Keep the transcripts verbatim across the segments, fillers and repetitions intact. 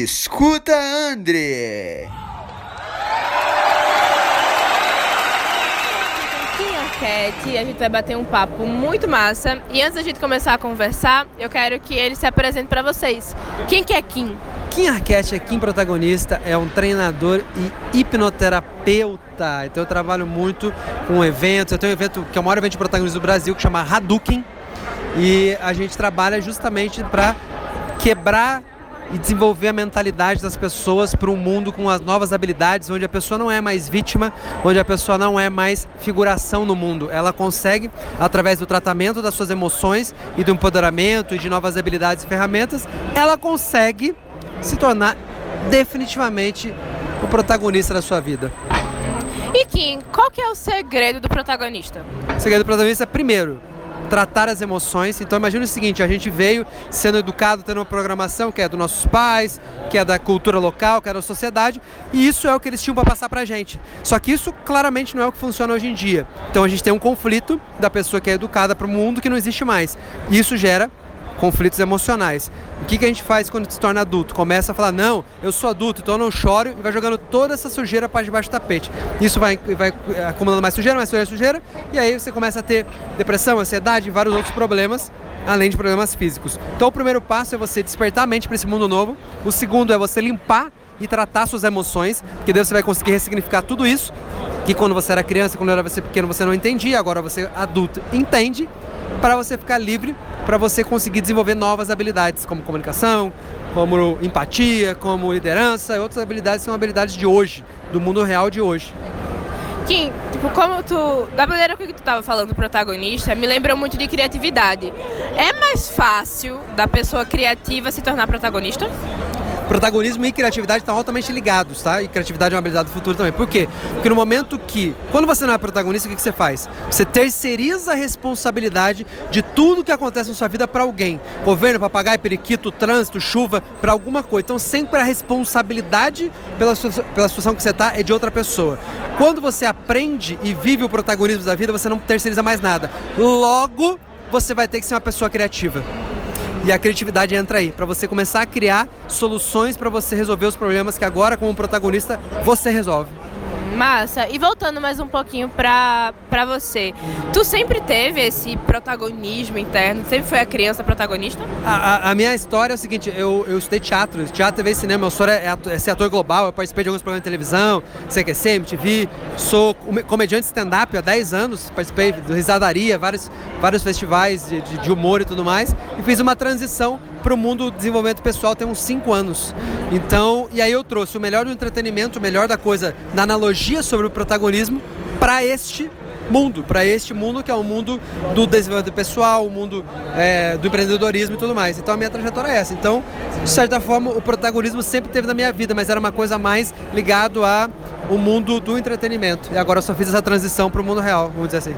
Escuta André. Enquete, a gente vai bater um papo muito massa. E antes da gente começar a conversar, eu quero que ele se apresente para vocês. Quem que é Kim? Kim Arquette é Kim Protagonista, é um treinador e hipnoterapeuta. Então eu trabalho muito com eventos. Eu tenho um evento que é o maior evento de protagonismo do Brasil, que chama Hadouken. E a gente trabalha justamente para quebrar e desenvolver a mentalidade das pessoas para um mundo com as novas habilidades, onde a pessoa não é mais vítima, onde a pessoa não é mais figuração no mundo. Ela consegue, através do tratamento das suas emoções e do empoderamento e de novas habilidades e ferramentas, ela consegue se tornar definitivamente o protagonista da sua vida. E Kim, qual que é o segredo do protagonista? O segredo do protagonista é, primeiro, tratar as emoções. Então imagine o seguinte, a gente veio sendo educado, tendo uma programação que é dos nossos pais, que é da cultura local, que é da sociedade, e isso é o que eles tinham para passar pra gente. Só que isso claramente não é o que funciona hoje em dia. Então a gente tem um conflito da pessoa que é educada para um mundo que não existe mais. E isso gera conflitos emocionais. O que, que a gente faz quando se torna adulto? Começa a falar, não, eu sou adulto, então eu não choro, e vai jogando toda essa sujeira para debaixo do tapete. Isso vai, vai acumulando mais sujeira, mais sujeira, sujeira, e aí você começa a ter depressão, ansiedade e vários outros problemas, além de problemas físicos. Então o primeiro passo é você despertar a mente para esse mundo novo. O segundo é você limpar e tratar suas emoções, porque daí você vai conseguir ressignificar tudo isso, que quando você era criança, quando era você pequeno, você não entendia, agora você adulto entende, para você ficar livre, para você conseguir desenvolver novas habilidades, como comunicação, como empatia, como liderança, e outras habilidades são habilidades de hoje, do mundo real de hoje. Kim, tipo, como tu, da maneira que tu estava falando do protagonista, me lembrou muito de criatividade. É mais fácil da pessoa criativa se tornar protagonista? Protagonismo e criatividade estão altamente ligados, tá? E criatividade é uma habilidade do futuro também. Por quê? Porque no momento que, quando você não é protagonista, o que, que você faz? Você terceiriza a responsabilidade de tudo que acontece na sua vida para alguém. Governo, papagaio, periquito, trânsito, chuva, para alguma coisa. Então sempre a responsabilidade pela, pela situação que você está é de outra pessoa. Quando você aprende e vive o protagonismo da vida, você não terceiriza mais nada. Logo, você vai ter que ser uma pessoa criativa. E a criatividade entra aí, para você começar a criar soluções para você resolver os problemas que agora, como protagonista, você resolve. Massa. E voltando mais um pouquinho pra, pra você, tu sempre teve esse protagonismo interno? Sempre foi a criança protagonista? A, a, a minha história é o seguinte, eu, eu estudei teatro, teatro, T V e cinema, meu sonho é, é ser ator global, eu participei de alguns programas de televisão, C Q C, M T V, sou comediante stand-up há dez anos, participei do Risadaria, vários, vários festivais de, de, de humor e tudo mais, e fiz uma transição para o mundo do desenvolvimento pessoal tem uns cinco anos. Então, e aí eu trouxe o melhor do entretenimento, o melhor da coisa, na analogia sobre o protagonismo, para este mundo, para este mundo que é o mundo do desenvolvimento pessoal, o mundo é, do empreendedorismo e tudo mais. Então a minha trajetória é essa. Então, de certa forma, o protagonismo sempre teve na minha vida, mas era uma coisa mais ligado a o mundo do entretenimento. E agora eu só fiz essa transição para o mundo real, vamos dizer assim.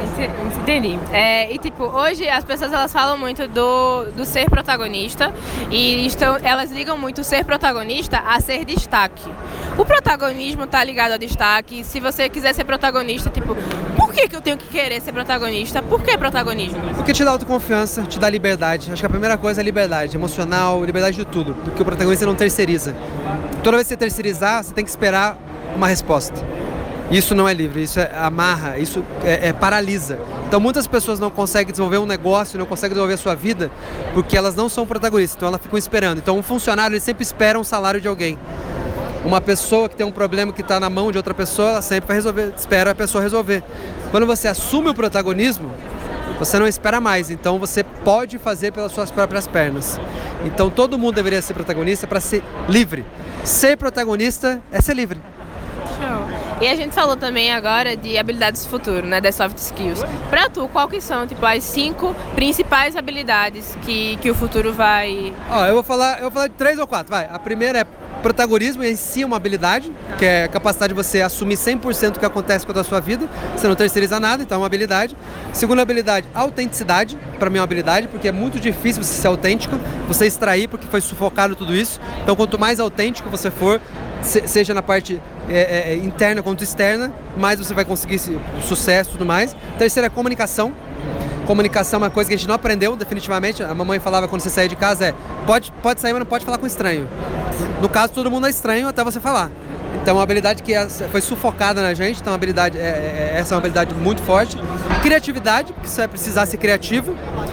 Entendi. É, e tipo, hoje as pessoas elas falam muito do, do ser protagonista e estão, elas ligam muito o ser protagonista a ser destaque. O protagonismo tá ligado ao destaque. Se você quiser ser protagonista, tipo, por que que eu tenho que querer ser protagonista? Por que protagonismo? Porque te dá autoconfiança, te dá liberdade. Acho que a primeira coisa é liberdade emocional, liberdade de tudo. Porque o protagonista não terceiriza. Toda vez que você terceirizar, você tem que esperar uma resposta. Isso não é livre, isso é amarra, isso é, é paralisa. Então muitas pessoas não conseguem desenvolver um negócio, não conseguem desenvolver a sua vida porque elas não são protagonistas, então elas ficam esperando. Então um funcionário ele sempre espera um salário de alguém. Uma pessoa que tem um problema que está na mão de outra pessoa, ela sempre vai resolver, espera a pessoa resolver. Quando você assume o protagonismo, você não espera mais, então você pode fazer pelas suas próprias pernas. Então todo mundo deveria ser protagonista para ser livre. Ser protagonista é ser livre. Show. E a gente falou também agora de habilidades do futuro, né, das soft skills. Pra tu, qual que são, tipo, as cinco principais habilidades que, que o futuro vai... Ó, eu vou falar, eu vou falar de três ou quatro, vai. A primeira é protagonismo, em si é uma habilidade, que é a capacidade de você assumir cem por cento do que acontece com a sua vida, você não terceiriza nada, então é uma habilidade. Segunda habilidade, autenticidade, para mim é uma habilidade, porque é muito difícil você ser autêntico, você extrair, porque foi sufocado tudo isso. Então quanto mais autêntico você for, seja na parte é, é, interna quanto externa, mais você vai conseguir sucesso e tudo mais. Terceira é comunicação. Comunicação é uma coisa que a gente não aprendeu definitivamente. A mamãe falava quando você saía de casa é, pode, pode sair, mas não pode falar com estranho. No caso, todo mundo é estranho até você falar. Então, uma habilidade que foi sufocada na gente, então uma habilidade, é, é, essa é uma habilidade muito forte. Criatividade, porque você vai precisar ser criativo.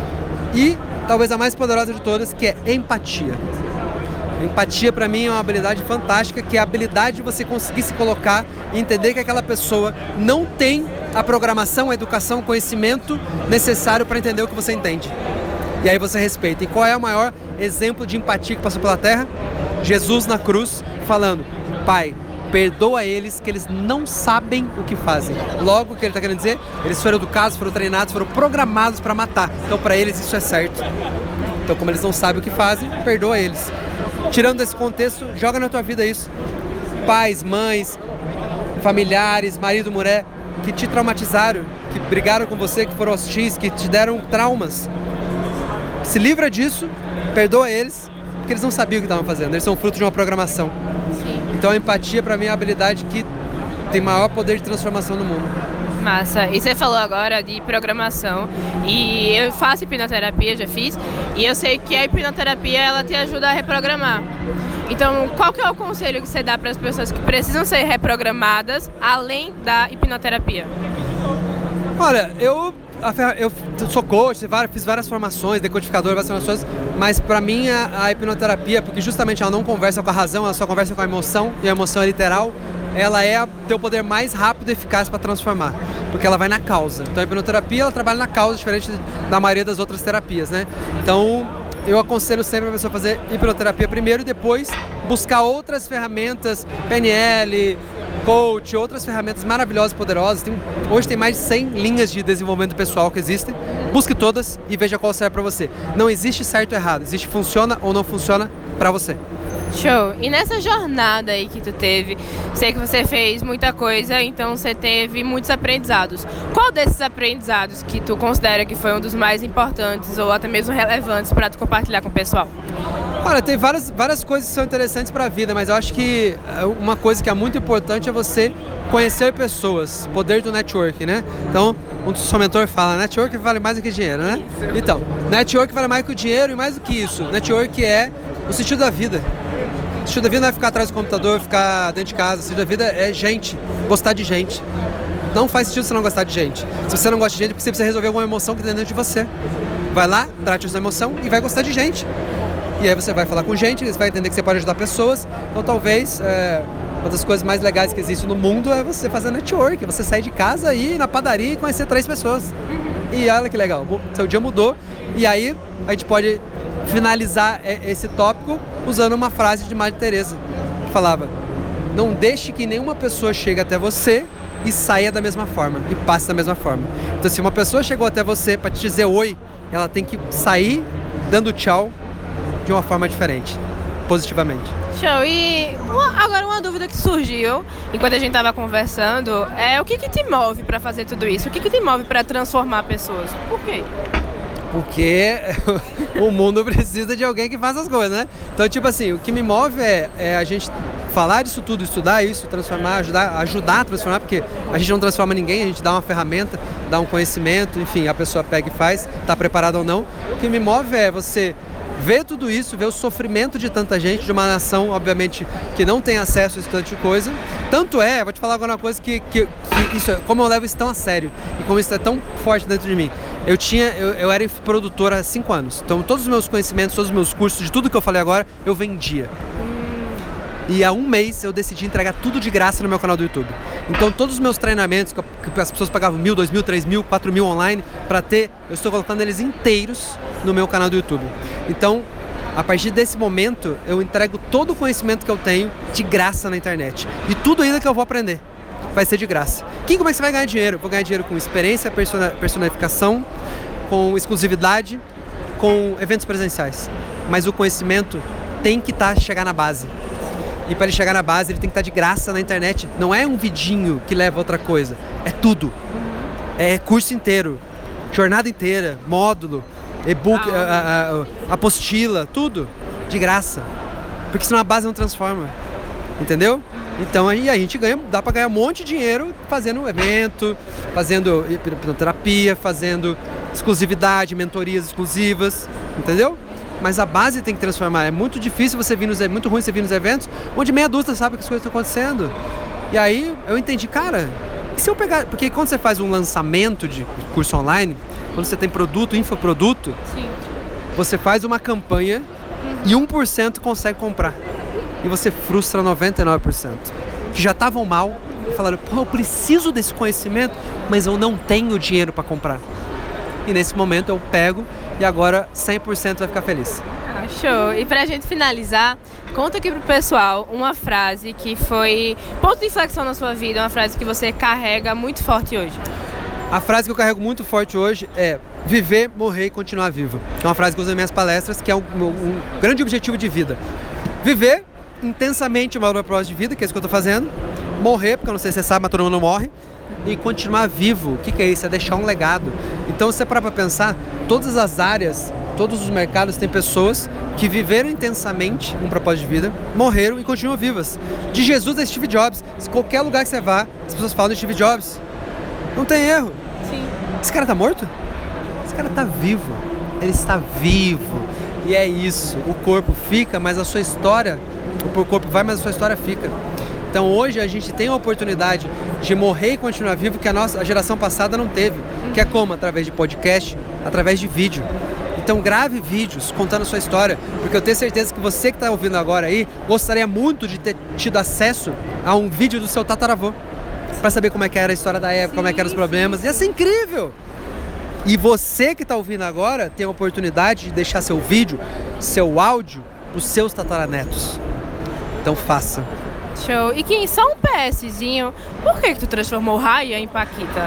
E, talvez a mais poderosa de todas, que é empatia. Empatia, para mim, é uma habilidade fantástica, que é a habilidade de você conseguir se colocar e entender que aquela pessoa não tem a programação, a educação, o conhecimento necessário para entender o que você entende. E aí você respeita. E qual é o maior exemplo de empatia que passou pela Terra? Jesus na cruz, falando: Pai, perdoa eles que eles não sabem o que fazem. Logo, o que ele está querendo dizer? Eles foram educados, foram treinados, foram programados para matar. Então, para eles, isso é certo. Então, como eles não sabem o que fazem, perdoa eles. Tirando desse contexto, joga na tua vida isso. Pais, mães, familiares, marido, mulher, que te traumatizaram, que brigaram com você, que foram hostis, que te deram traumas. Se livra disso, perdoa eles, porque eles não sabiam o que estavam fazendo. Eles são fruto de uma programação. Então a empatia, para mim, é a habilidade que tem maior poder de transformação no mundo. Massa. E você falou agora de programação. E eu faço hipnoterapia, já fiz. E eu sei que a hipnoterapia, ela te ajuda a reprogramar. Então, qual que é o conselho que você dá para as pessoas que precisam ser reprogramadas, além da hipnoterapia? Olha, eu, eu sou coach, fiz várias formações, decodificador, várias formações, mas para mim a, a hipnoterapia, porque justamente ela não conversa com a razão, ela só conversa com a emoção, e a emoção é literal, ela é ter o poder mais rápido e eficaz para transformar, porque ela vai na causa. Então a hipnoterapia, ela trabalha na causa, diferente da maioria das outras terapias, né? Então eu aconselho sempre a pessoa fazer hipnoterapia primeiro e depois buscar outras ferramentas, P N L, coach, outras ferramentas maravilhosas e poderosas. Tem, hoje tem mais de cem linhas de desenvolvimento pessoal que existem. Busque todas e veja qual serve para você. Não existe certo ou errado, existe funciona ou não funciona para você. Show! E nessa jornada aí que tu teve, sei que você fez muita coisa, então você teve muitos aprendizados. Qual desses aprendizados que tu considera que foi um dos mais importantes ou até mesmo relevantes para tu compartilhar com o pessoal? Olha, tem várias, várias coisas que são interessantes para a vida, mas eu acho que uma coisa que é muito importante é você conhecer pessoas, poder do network, né? Então, um seu mentor fala, network vale mais do que dinheiro, né? Então, network vale mais do que o dinheiro e mais do que isso, network é o sentido da vida. O sentido da vida não é ficar atrás do computador, ficar dentro de casa. O sentido da vida é gente, gostar de gente. Não faz sentido você não gostar de gente. Se você não gosta de gente, é porque você precisa resolver alguma emoção que tem dentro de você. Vai lá, trate essa emoção e vai gostar de gente. E aí você vai falar com gente, você vai entender que você pode ajudar pessoas. Então talvez é, uma das coisas mais legais que existe no mundo é você fazer network, você sair de casa e ir na padaria e conhecer três pessoas. E olha que legal, seu dia mudou. E aí a gente pode finalizar esse tópico usando uma frase de Madre Teresa, que falava: não deixe que nenhuma pessoa chegue até você e saia da mesma forma, e passe da mesma forma. Então se uma pessoa chegou até você para te dizer oi, ela tem que sair dando tchau de uma forma diferente, positivamente. Show! E uma, agora uma dúvida que surgiu enquanto a gente estava conversando é o que que te move para fazer tudo isso? O que que te move para transformar pessoas? Por quê? Porque o mundo precisa de alguém que faça as coisas, né? Então, tipo assim, o que me move é, é a gente falar disso tudo, estudar isso, transformar, ajudar, ajudar a transformar, porque a gente não transforma ninguém, a gente dá uma ferramenta, dá um conhecimento, enfim, a pessoa pega e faz, tá preparada ou não. O que me move é você ver tudo isso, ver o sofrimento de tanta gente, de uma nação, obviamente, que não tem acesso a esse tanto de coisa. Tanto é, vou te falar agora uma coisa que, que, que isso, como eu levo isso tão a sério e como isso é tão forte dentro de mim. Eu tinha, eu, eu era produtor há cinco anos, então todos os meus conhecimentos, todos os meus cursos, de tudo que eu falei agora, eu vendia. E há um mês eu decidi entregar tudo de graça no meu canal do YouTube. Então todos os meus treinamentos, que as pessoas pagavam mil, dois mil, três mil, quatro mil online para ter, eu estou colocando eles inteiros no meu canal do YouTube. Então, a partir desse momento, eu entrego todo o conhecimento que eu tenho de graça na internet. E tudo ainda que eu vou aprender vai ser de graça. Quem, como é que você vai ganhar dinheiro? Vou ganhar dinheiro com experiência, personificação, com exclusividade, com eventos presenciais. Mas o conhecimento tem que tá, chegar na base. E para ele chegar na base, ele tem que estar de graça na internet. Não é um vidinho que leva a outra coisa. É tudo. É curso inteiro, jornada inteira, módulo, e-book, a, a, a apostila, tudo de graça. Porque senão a base não transforma. Entendeu? Então aí a gente ganha, dá para ganhar um monte de dinheiro fazendo evento, fazendo hipnoterapia, fazendo exclusividade, mentorias exclusivas, entendeu? mas a base tem que transformar. É muito difícil você vir nos é muito ruim você vir nos eventos onde meia dúzia sabe que as coisas estão acontecendo. E aí eu entendi, cara, e se eu pegar... Porque quando você faz um lançamento de curso online, quando você tem produto, infoproduto, Sim. você faz uma campanha uhum. e um por cento consegue comprar. E você frustra noventa e nove por cento. Que já estavam mal, falaram, pô, eu preciso desse conhecimento, mas eu não tenho dinheiro para comprar. E nesse momento eu pego e agora cem por cento vai ficar feliz. Ah, show! E pra gente finalizar, conta aqui pro pessoal uma frase que foi ponto de inflexão na sua vida, uma frase que você carrega muito forte hoje. A frase que eu carrego muito forte hoje é viver, morrer e continuar vivo. É uma frase que eu uso nas minhas palestras, que é um, um grande objetivo de vida. Viver intensamente o meu propósito de vida, que é isso que eu tô fazendo. Morrer, porque eu não sei se você sabe, mas todo mundo morre. E continuar vivo. O que, que é isso? É deixar um legado. Então, se você parar para pensar, todas as áreas, todos os mercados têm pessoas que viveram intensamente um propósito de vida, morreram e continuam vivas. De Jesus a Steve Jobs. Se qualquer lugar que você vá, as pessoas falam de Steve Jobs. Não tem erro. Sim. Esse cara tá morto? Esse cara tá vivo. Ele está vivo. E é isso. O corpo fica, mas a sua história... O corpo vai, mas a sua história fica. Então hoje a gente tem a oportunidade de morrer e continuar vivo que a nossa a geração passada não teve. Que é como? Através de podcast, através de vídeo. Então grave vídeos contando a sua história, porque eu tenho certeza que você que está ouvindo agora aí gostaria muito de ter tido acesso a um vídeo do seu tataravô para saber como é que era a história da época, sim, como é que eram os problemas. Sim. Ia ser incrível! E você que está ouvindo agora tem a oportunidade de deixar seu vídeo, seu áudio, os seus tataranetos. Então faça. Show. E Kim, só um PSzinho, por que que tu transformou Ryan em Paquita?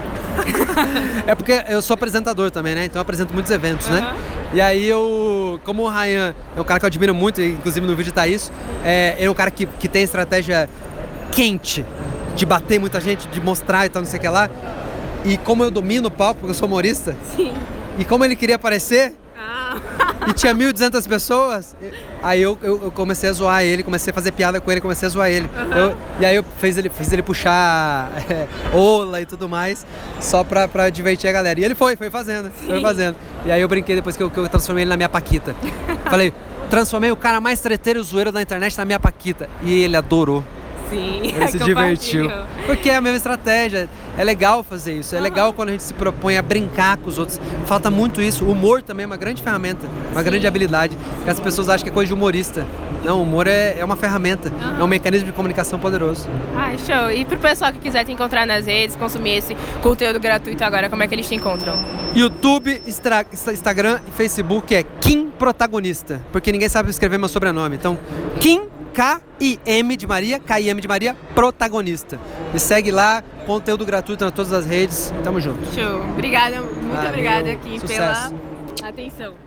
É porque eu sou apresentador também, né? Então eu apresento muitos eventos, uhum. né? E aí eu, como o Ryan é um cara que eu admiro muito, inclusive no vídeo tá isso, é, ele é um cara que, que tem estratégia quente de bater muita gente, de mostrar e tal, não sei o que lá. E como eu domino o palco, porque eu sou humorista, sim. E como ele queria aparecer, ah. e tinha mil e duzentas pessoas, aí eu, eu, eu comecei a zoar ele, comecei a fazer piada com ele, comecei a zoar ele. Uhum. Eu, e aí eu fiz ele, fiz ele puxar é, ola e tudo mais, só pra, pra divertir a galera. E ele foi, foi fazendo, sim. foi fazendo. E aí eu brinquei depois que eu, que eu transformei ele na minha Paquita. Falei, transformei o cara mais treteiro e zoeiro da internet na minha Paquita. E ele adorou. Sim, ele se divertiu. Porque é a mesma estratégia. É legal fazer isso. É uhum. legal quando a gente se propõe a brincar com os outros. Falta muito isso. O humor também é uma grande ferramenta, uma sim. grande habilidade. Que as pessoas acham que é coisa de humorista. Não, o humor é, é uma ferramenta. Uhum. É um mecanismo de comunicação poderoso. Ah, show. E pro pessoal que quiser te encontrar nas redes, consumir esse conteúdo gratuito agora, como é que eles te encontram? YouTube, Instra- Instagram e Facebook é Kim Protagonista. Porque ninguém sabe escrever meu sobrenome. Então, Kim K I M de Maria, K I M de Maria, Protagonista. Me segue lá, conteúdo gratuito em todas as redes. Tamo junto. Show. Obrigada, muito Valeu. obrigada aqui Sucesso. pela atenção.